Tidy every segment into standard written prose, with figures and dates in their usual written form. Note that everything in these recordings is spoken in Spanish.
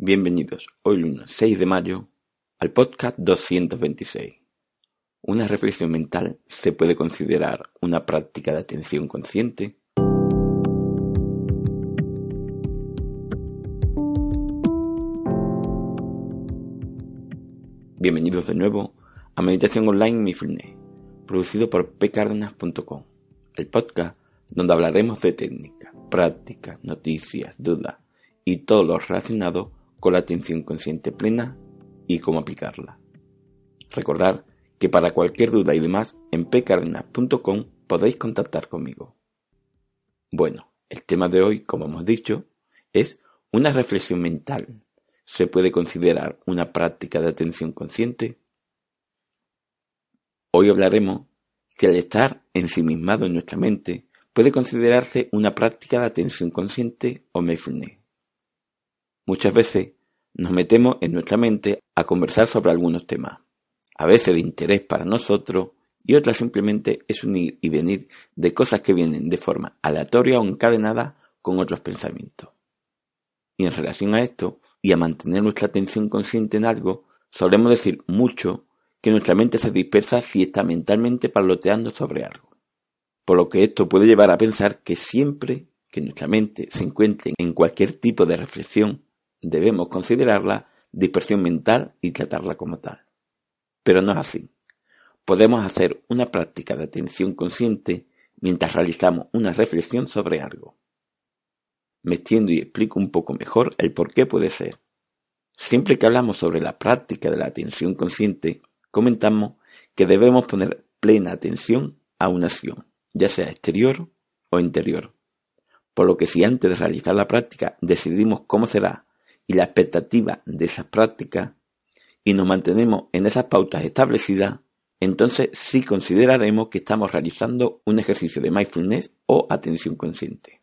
Bienvenidos hoy lunes 6 de mayo al podcast 226. ¿Una reflexión mental se puede considerar una práctica de atención consciente? Bienvenidos de nuevo a Meditación Online Mindfulness, producido por pcardenas.com, el podcast donde hablaremos de técnicas, prácticas, noticias, dudas y todo lo relacionado con la atención consciente plena y cómo aplicarla. Recordad que para cualquier duda y demás en pcardenas.com podéis contactar conmigo. Bueno, el tema de hoy, como hemos dicho, es una reflexión mental. ¿Se puede considerar una práctica de atención consciente? Hoy hablaremos que el estar ensimismado en nuestra mente puede considerarse una práctica de atención consciente o mindfulness. Muchas veces nos metemos en nuestra mente a conversar sobre algunos temas, a veces de interés para nosotros y otras simplemente es un ir y venir de cosas que vienen de forma aleatoria o encadenada con otros pensamientos. Y en relación a esto y a mantener nuestra atención consciente en algo, solemos decir mucho que nuestra mente se dispersa si está mentalmente parloteando sobre algo. Por lo que esto puede llevar a pensar que siempre que nuestra mente se encuentre en cualquier tipo de reflexión, debemos considerarla dispersión mental y tratarla como tal. Pero no es así. Podemos hacer una práctica de atención consciente mientras realizamos una reflexión sobre algo. Me extiendo y explico un poco mejor el por qué puede ser. Siempre que hablamos sobre la práctica de la atención consciente, comentamos que debemos poner plena atención a una acción, ya sea exterior o interior. Por lo que si antes de realizar la práctica decidimos cómo será y la expectativa de esas prácticas y nos mantenemos en esas pautas establecidas, entonces sí consideraremos que estamos realizando un ejercicio de mindfulness o atención consciente.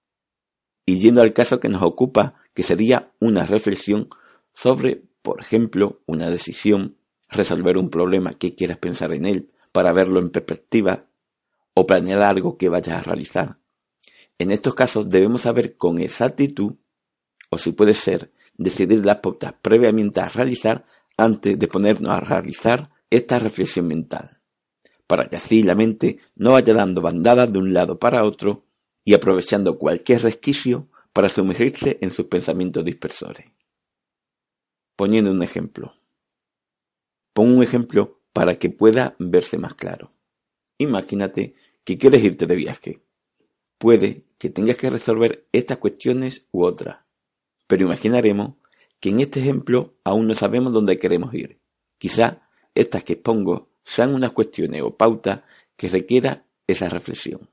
Y yendo al caso que nos ocupa, que sería una reflexión sobre, por ejemplo, una decisión, resolver un problema que quieras pensar en él para verlo en perspectiva o planear algo que vayas a realizar. En estos casos debemos saber con exactitud, o si puede ser, decidir las pautas previamente a realizar antes de ponernos a realizar esta reflexión mental, para que así la mente no vaya dando bandadas de un lado para otro y aprovechando cualquier resquicio para sumergirse en sus pensamientos dispersores. Poniendo un ejemplo. Pongo un ejemplo para que pueda verse más claro. Imagínate que quieres irte de viaje. Puede que tengas que resolver estas cuestiones u otras, pero imaginaremos que en este ejemplo aún no sabemos dónde queremos ir. Quizá estas que expongo sean unas cuestiones o pautas que requiera esa reflexión.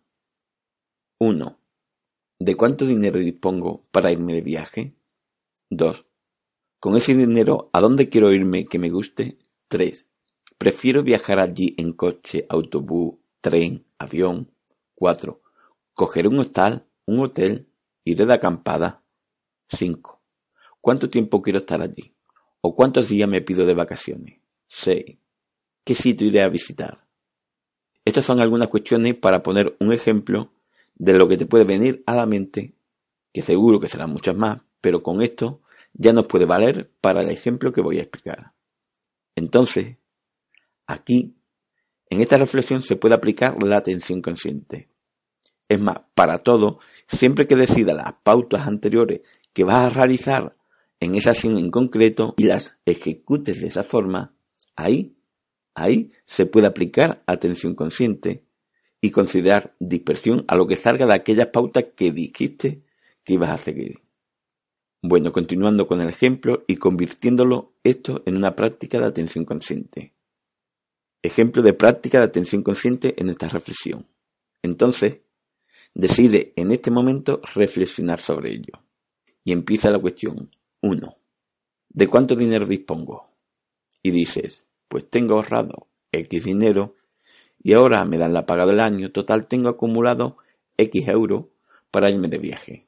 1. ¿De cuánto dinero dispongo para irme de viaje? 2. ¿Con ese dinero a dónde quiero irme que me guste? 3. ¿Prefiero viajar allí en coche, autobús, tren, avión? 4. ¿Cogeré un hostal, un hotel? ¿Iré de acampada? 5. ¿Cuánto tiempo quiero estar allí? ¿O cuántos días me pido de vacaciones? 6. ¿Qué sitio iré a visitar? Estas son algunas cuestiones para poner un ejemplo de lo que te puede venir a la mente, que seguro que serán muchas más, pero con esto ya nos puede valer para el ejemplo que voy a explicar. Entonces, aquí, en esta reflexión se puede aplicar la atención consciente. Es más, para todo, siempre que decidas las pautas anteriores que vas a realizar en esa acción en concreto y las ejecutes de esa forma, ahí se puede aplicar atención consciente y considerar dispersión a lo que salga de aquellas pautas que dijiste que ibas a seguir. Bueno, continuando con el ejemplo y convirtiéndolo esto en una práctica de atención consciente. Ejemplo de práctica de atención consciente en esta reflexión. Entonces, decide en este momento reflexionar sobre ello. Y empieza la cuestión. 1. ¿De cuánto dinero dispongo? Y dices, pues tengo ahorrado X dinero y ahora me dan la paga del año, total tengo acumulado X euros para irme de viaje.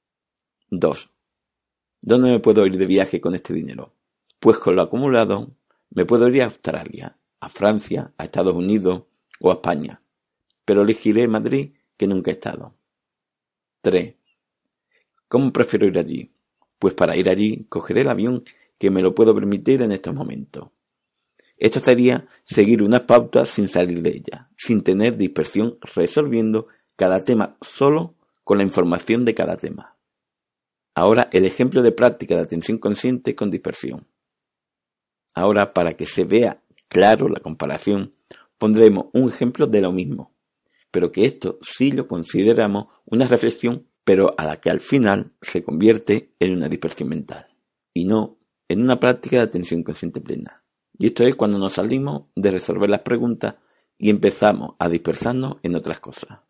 2. ¿Dónde me puedo ir de viaje con este dinero? Pues con lo acumulado me puedo ir a Australia, a Francia, a Estados Unidos o a España, pero elegiré Madrid que nunca he estado. 3. ¿Cómo prefiero ir allí? Pues para ir allí cogeré el avión que me lo puedo permitir en estos momentos. Esto sería seguir unas pautas sin salir de ellas, sin tener dispersión, resolviendo cada tema solo con la información de cada tema. Ahora el ejemplo de práctica de atención consciente con dispersión. Ahora, para que se vea claro la comparación, pondremos un ejemplo de lo mismo, pero que esto sí lo consideramos una reflexión, pero a la que al final se convierte en una dispersión mental, y no en una práctica de atención consciente plena. Y esto es cuando nos salimos de resolver las preguntas y empezamos a dispersarnos en otras cosas.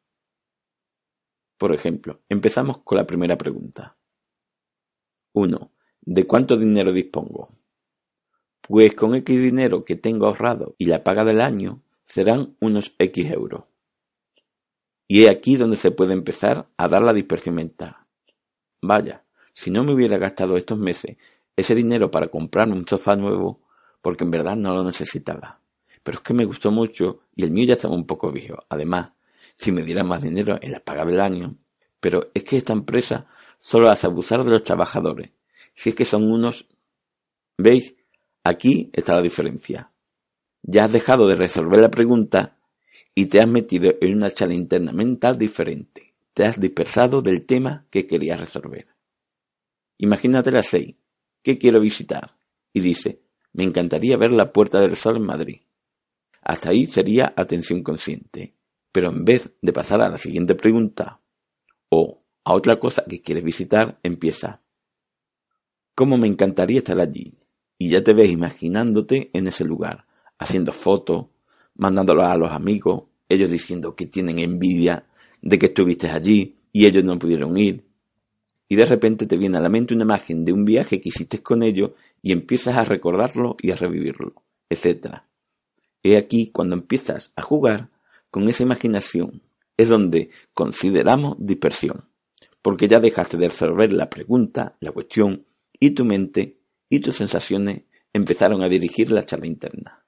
Por ejemplo, empezamos con la primera pregunta. 1. ¿De cuánto dinero dispongo? Pues con X dinero que tengo ahorrado y la paga del año serán unos X euros. Y es aquí donde se puede empezar a dar la dispersión mental. Vaya, si no me hubiera gastado estos meses ese dinero para comprarme un sofá nuevo, porque en verdad no lo necesitaba. Pero es que me gustó mucho y el mío ya estaba un poco viejo. Además, si me dieran más dinero en la paga del año. Pero es que esta empresa solo hace abusar de los trabajadores. Si es que son unos... ¿Veis? Aquí está la diferencia. Ya has dejado de resolver la pregunta y te has metido en una charla interna mental diferente. Te has dispersado del tema que querías resolver. Imagínate las 6. ¿Qué quiero visitar? Y dice, me encantaría ver la Puerta del Sol en Madrid. Hasta ahí sería atención consciente. Pero en vez de pasar a la siguiente pregunta o a otra cosa que quieres visitar, empieza. ¿Cómo me encantaría estar allí? Y ya te ves imaginándote en ese lugar, haciendo fotos, mandándolas a los amigos, ellos diciendo que tienen envidia de que estuviste allí y ellos no pudieron ir. Y de repente te viene a la mente una imagen de un viaje que hiciste con ellos y empiezas a recordarlo y a revivirlo, etc. He aquí cuando empiezas a jugar con esa imaginación, es donde consideramos dispersión, porque ya dejaste de resolver la pregunta, la cuestión, y tu mente y tus sensaciones empezaron a dirigir la charla interna.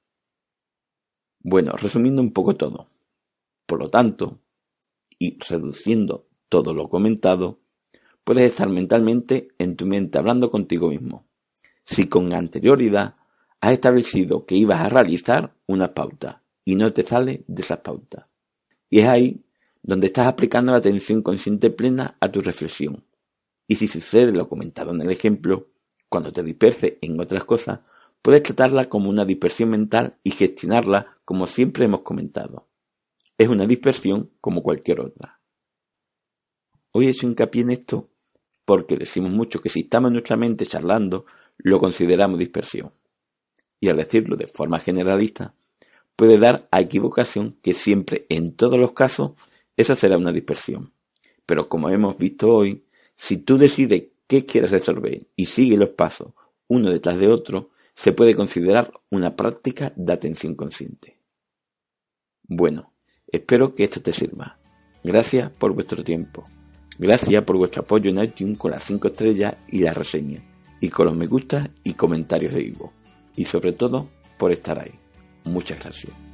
Bueno, resumiendo un poco todo. Por lo tanto, y reduciendo todo lo comentado, puedes estar mentalmente en tu mente hablando contigo mismo. Si con anterioridad has establecido que ibas a realizar unas pautas y no te sales de esas pautas. Y es ahí donde estás aplicando la atención consciente plena a tu reflexión. Y si sucede lo comentado en el ejemplo, cuando te disperses en otras cosas, puedes tratarla como una dispersión mental y gestionarla como siempre hemos comentado. Es una dispersión como cualquier otra. Hoy he hecho hincapié en esto porque decimos mucho que si estamos en nuestra mente charlando, lo consideramos dispersión. Y al decirlo de forma generalista, puede dar a equivocación que siempre, en todos los casos, esa será una dispersión. Pero como hemos visto hoy, si tú decides qué quieres resolver y sigues los pasos uno detrás de otro, se puede considerar una práctica de atención consciente. Bueno, espero que esto te sirva. Gracias por vuestro tiempo. Gracias por vuestro apoyo en iTunes con las 5 estrellas y la reseña, y con los me gusta y comentarios de iVoox. Y sobre todo, por estar ahí. Muchas gracias.